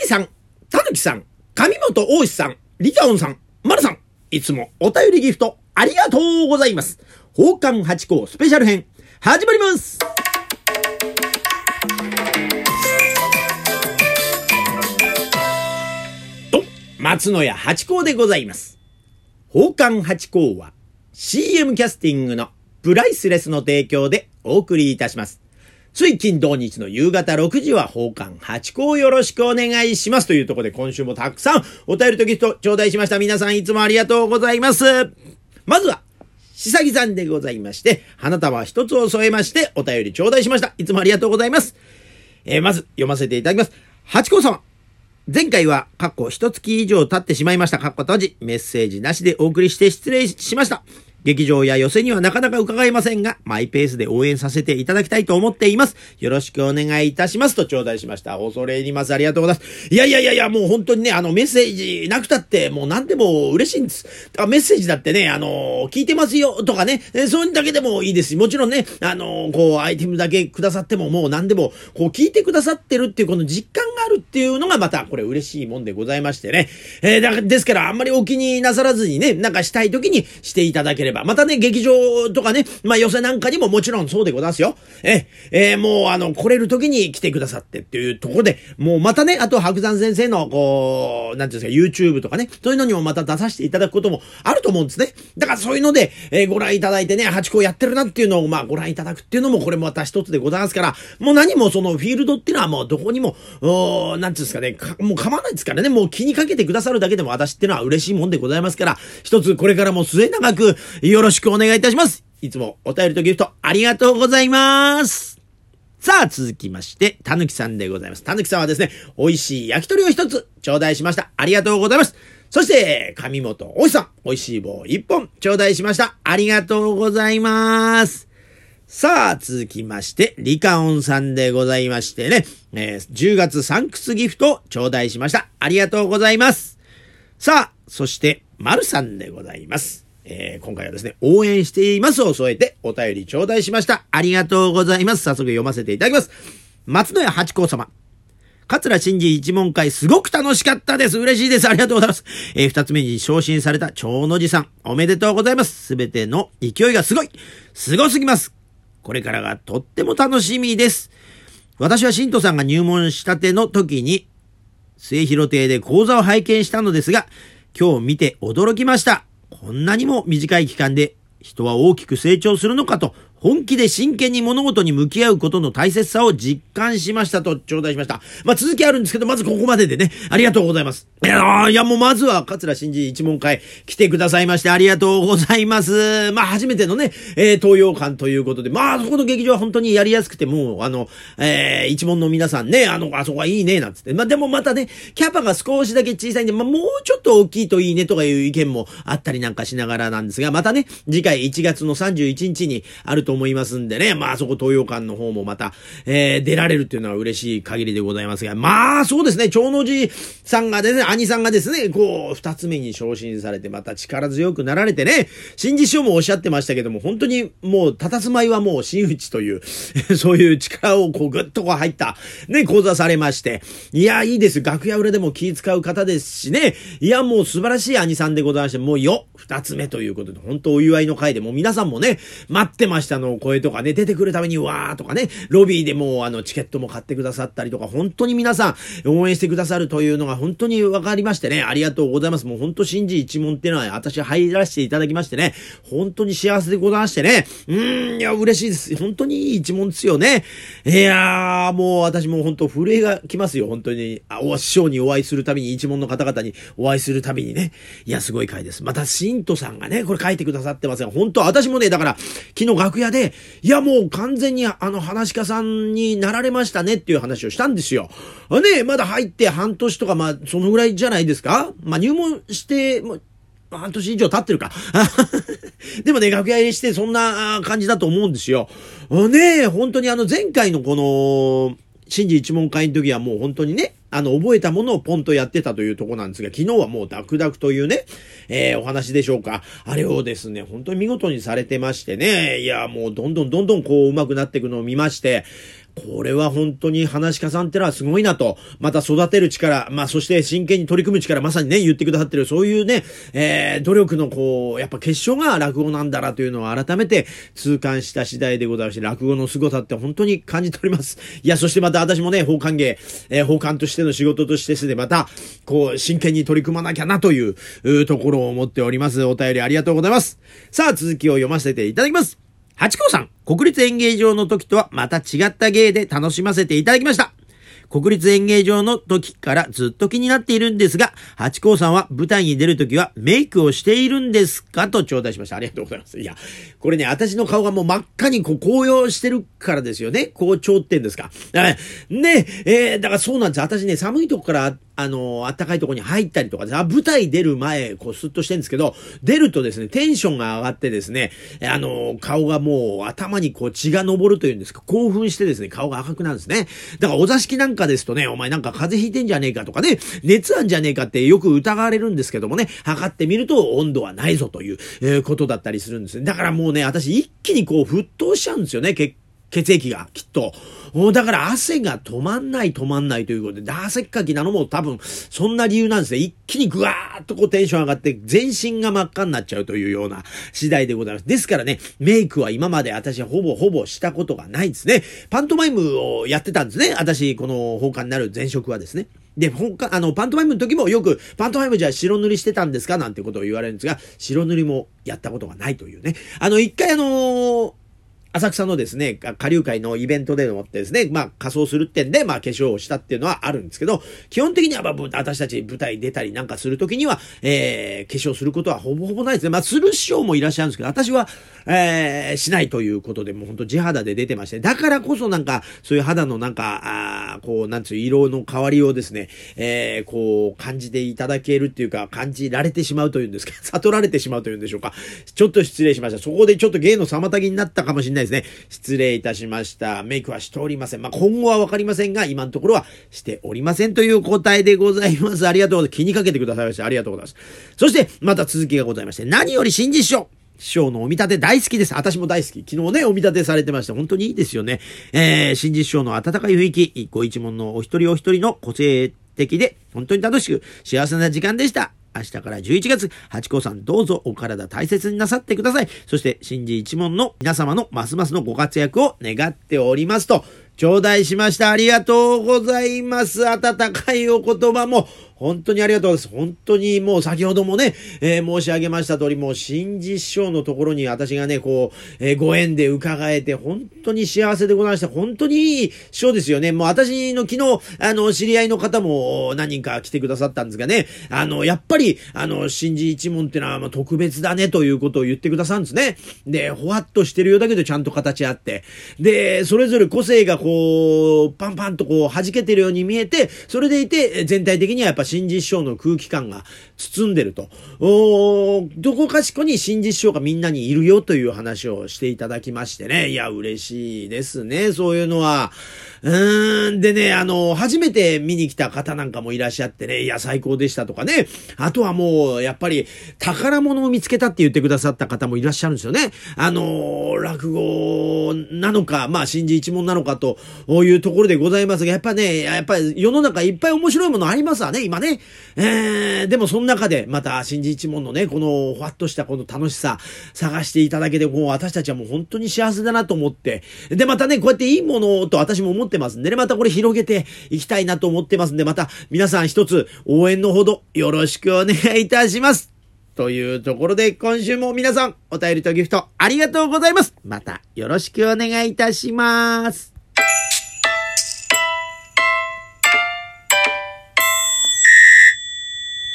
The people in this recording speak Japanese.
さん、たぬきさん、上本大志さん、リカオンさん、マルさん、いつもお便りギフトありがとうございます。宝冠八甲スペシャル編、始まります。と、松野屋八甲でございます。宝冠八甲は CM キャスティングのプライスレスの提供でお送りいたします。つい金土日の夕方6時は宝冠八甲よろしくお願いしますというところで、今週もたくさんお便りとギフト頂戴しました。皆さんいつもありがとうございます。まずはしさぎさんでございまして、花束一つを添えましてお便り頂戴しました。いつもありがとうございます。まず読ませていただきます。八甲様、前回は一月以上経ってしまいました。閉じ、メッセージなしでお送りして失礼しました。劇場や寄席にはなかなか伺えませんが、マイペースで応援させていただきたいと思っています。よろしくお願いいたしますと頂戴しました。恐れ入ります。ありがとうございます。いや、もう本当にね、メッセージなくたって、もう何でも嬉しいんです。メッセージだってね、聞いてますよとかね、そういうだけでもいいですし、もちろんね、アイテムだけくださってももう何でも、聞いてくださってるっていうこの実感があるっていうのがまた、これ嬉しいもんでございましてね。ですから、あんまりお気になさらずにね、なんかしたい時にしていただければ、またね、劇場とかね、寄席なんかにももちろんそうでございますよ。もう来れる時に来てくださってっていうところで、もうまたね、あと白山先生のなんていうんですか、YouTube とかね、そういうのにもまた出させていただくこともあると思うんですね。だからそういうので、ご覧いただいてね、八甲やってるなっていうのをご覧いただくっていうのもこれもまた一つでございますから、もう何もそのフィールドっていうのはもうどこにも、なんていうんですかね、もう構わないですからね、もう気にかけてくださるだけでも私っていうのは嬉しいもんでございますから、一つこれからも末永くよろしくお願いいたします。いつもお便りとギフトありがとうございます。さあ続きまして、たぬきさんでございます。たぬきさんはですね、美味しい焼き鳥を一つ頂戴しました。ありがとうございます。そして、上本大志さん、美味しい棒一本頂戴しました。ありがとうございます。さあ続きまして、リカオンさんでございましてね、10月サンクスギフト頂戴しました。ありがとうございます。さあ、そして、まるさんでございます。今回はですね、応援していますを添えてお便り頂戴しました。ありがとうございます。早速読ませていただきます。松野屋八甲様。桂真治一門会すごく楽しかったです。嬉しいです。ありがとうございます。二つ目に昇進された長野寺さん。おめでとうございます。すべての勢いがすごい。すごすぎます。これからがとっても楽しみです。私は新都さんが入門したての時に、末広亭で講座を拝見したのですが、今日見て驚きました。こんなにも短い期間で人は大きく成長するのかと、本気で真剣に物事に向き合うことの大切さを実感しましたと頂戴しました。続きあるんですけど、まずここまででね、ありがとうございます。いやもうまずは桂真治一門会来てくださいましてありがとうございます。初めてのね、東洋館ということで、そこの劇場は本当にやりやすくて、もう一門の皆さんね、あそこはいいね、なんつって。でもまたね、キャパが少しだけ小さいんで、もうちょっと大きいといいねとかいう意見もあったりなんかしながらなんですが、またね、次回1月の31日にあると思いますんでね、そこ東洋館の方もまた、出られるっていうのは嬉しい限りでございますが、そうですね、長野寺さんがですね、兄さんがですね、二つ目に昇進されて、また力強くなられてね、新次師匠もおっしゃってましたけども、本当にもう、佇まいはもう真打ちという、そういう力をぐっと入った、ね、講座されまして、いや、いいです。楽屋裏でも気遣う方ですしね、いや、もう素晴らしい兄さんでございまして、もう二つ目ということで、本当お祝いの会で、もう皆さんもね、待ってましたの声とかね、出てくるためにわーとかね、ロビーでもうチケットも買ってくださったりとか、本当に皆さん応援してくださるというのが本当に分かりましてね、ありがとうございます。もう本当真治一門っていうのは私入らせていただきましてね、本当に幸せでございましてね、いや嬉しいです。本当にいい一門ですよね。いやーもう私もう本当震えが来ますよ。本当に師匠にお会いするたびに、一門の方々にお会いするたびにね、いやすごい回です。また新都さんがねこれ書いてくださってますが、本当私もね、だから昨日楽屋で、いやもう完全に話し家さんになられましたねっていう話をしたんですよ。ね、まだ入って半年とかそのぐらいじゃないですか。入門して半年以上経ってるか。でもね、楽屋入りしてそんな感じだと思うんですよ。ね、本当に前回のこの真治一門会の時はもう本当にね、覚えたものをポンとやってたというところなんですが、昨日はもうダクダクというね、お話でしょうか。あれをですね、本当に見事にされてましてね、いや、もうどんどんこう上手くなっていくのを見まして、 これは本当に噺家さんってのはすごいなと、また育てる力、そして真剣に取り組む力、まさにね、言ってくださってる、そういうね、努力のやっぱ結晶が落語なんだなというのを改めて痛感した次第でございまして、落語の凄さって本当に感じております。いや、そしてまた私もね、法官芸、法官としての仕事としてでまた、真剣に取り組まなきゃなというところを思っております。お便りありがとうございます。さあ、続きを読ませていただきます。八甲さん、国立演芸場の時とはまた違った芸で楽しませていただきました。国立演芸場の時からずっと気になっているんですが、八甲さんは舞台に出る時はメイクをしているんですかと頂戴しました。ありがとうございます。いや、これね、私の顔がもう真っ赤に紅葉してるからですよね。紅潮ってんですか。ね、だからそうなんです。私ね、寒いとこから暖かいところに入ったりとか、舞台出る前、スッとしてるんですけど、出るとですね、テンションが上がってですね、顔がもう頭に血が昇るというんですか、興奮してですね、顔が赤くなるんですね。だからお座敷なんかですとね、お前なんか風邪ひいてんじゃねえかとかね、熱あんじゃねえかってよく疑われるんですけどもね、測ってみると温度はないぞという、ことだったりするんですね。だからもうね、私一気に沸騰しちゃうんですよね、血液がきっと。だから汗が止まんないということで、汗っかきなのも多分そんな理由なんですね。一気にぐわーっとテンション上がって全身が真っ赤になっちゃうというような次第でございます。ですからね、メイクは今まで私はほぼしたことがないんですね。パントマイムをやってたんですね。私、この法官になる前職はですね。で、パントマイムの時もよく、パントマイムじゃ白塗りしてたんですかなんてことを言われるんですが、白塗りもやったことがないというね。一回浅草のですね、下流会のイベントでもってですね、仮装するってんで、化粧をしたっていうのはあるんですけど、基本的には私たち舞台出たりなんかするときには、化粧することはほぼないですね。する師匠もいらっしゃるんですけど、私は、しないということで、もう本当地肌で出てまして、だからこそなんか、そういう肌のなんか、なんつう色の変わりをですね、感じていただけるっていうか、感じられてしまうというんですか、悟られてしまうというんでしょうか。ちょっと失礼しました。そこでちょっと芸の妨げになったかもしれないですね。失礼いたしました。メイクはしておりません。今後はわかりませんが、今のところはしておりませんという答えでございます。ありがとうございます。気にかけてくださいまして、ありがとうございます。そして、また続きがございまして、何より新実師匠のお見立て大好きです。私も大好き。昨日ね、お見立てされてまして、本当にいいですよね。新実師匠の温かい雰囲気、ご一門のお一人お一人の個性的で、本当に楽しく幸せな時間でした。明日から11月、八甲さんどうぞお体大切になさってください。そして、新寺一門の皆様のますますのご活躍を願っておりますと、頂戴しました。ありがとうございます。温かいお言葉も、本当にありがとうございます。本当にもう先ほどもね、申し上げました通り、もう新実師匠のところに私がね、ご縁で伺えて、本当に幸せでございました。本当にいい師匠ですよね。もう私の昨日、知り合いの方も何人か来てくださったんですがね、やっぱり、新寺一門ってのは特別だねということを言ってくださるんですね。で、ほわっとしてるようだけどちゃんと形あって。で、それぞれ個性がパンパンと弾けてるように見えて、それでいて、全体的にはやっぱ新実師匠の空気感が包んでると。どこかしこに新実師匠がみんなにいるよという話をしていただきましてね。いや、嬉しいですね。そういうのは。でね、初めて見に来た方なんかもいらっしゃってね、いや、最高でしたとかね。あとはもう、やっぱり、宝物を見つけたって言ってくださった方もいらっしゃるんですよね。落語なのか、新寺一門なのかというところでございますが、やっぱり世の中いっぱい面白いものありますわね、今ね。でもその中で、また、新寺一門のね、この、ふわっとしたこの楽しさ、探していただけて、もう私たちはもう本当に幸せだなと思って。で、またね、こうやっていいものと私も思ってますんでね、またこれ広げていきたいなと思ってますんで、また皆さん一つ応援のほどよろしくお願いいたします。というところで今週も皆さんお便りとギフトありがとうございます。またよろしくお願いいたします。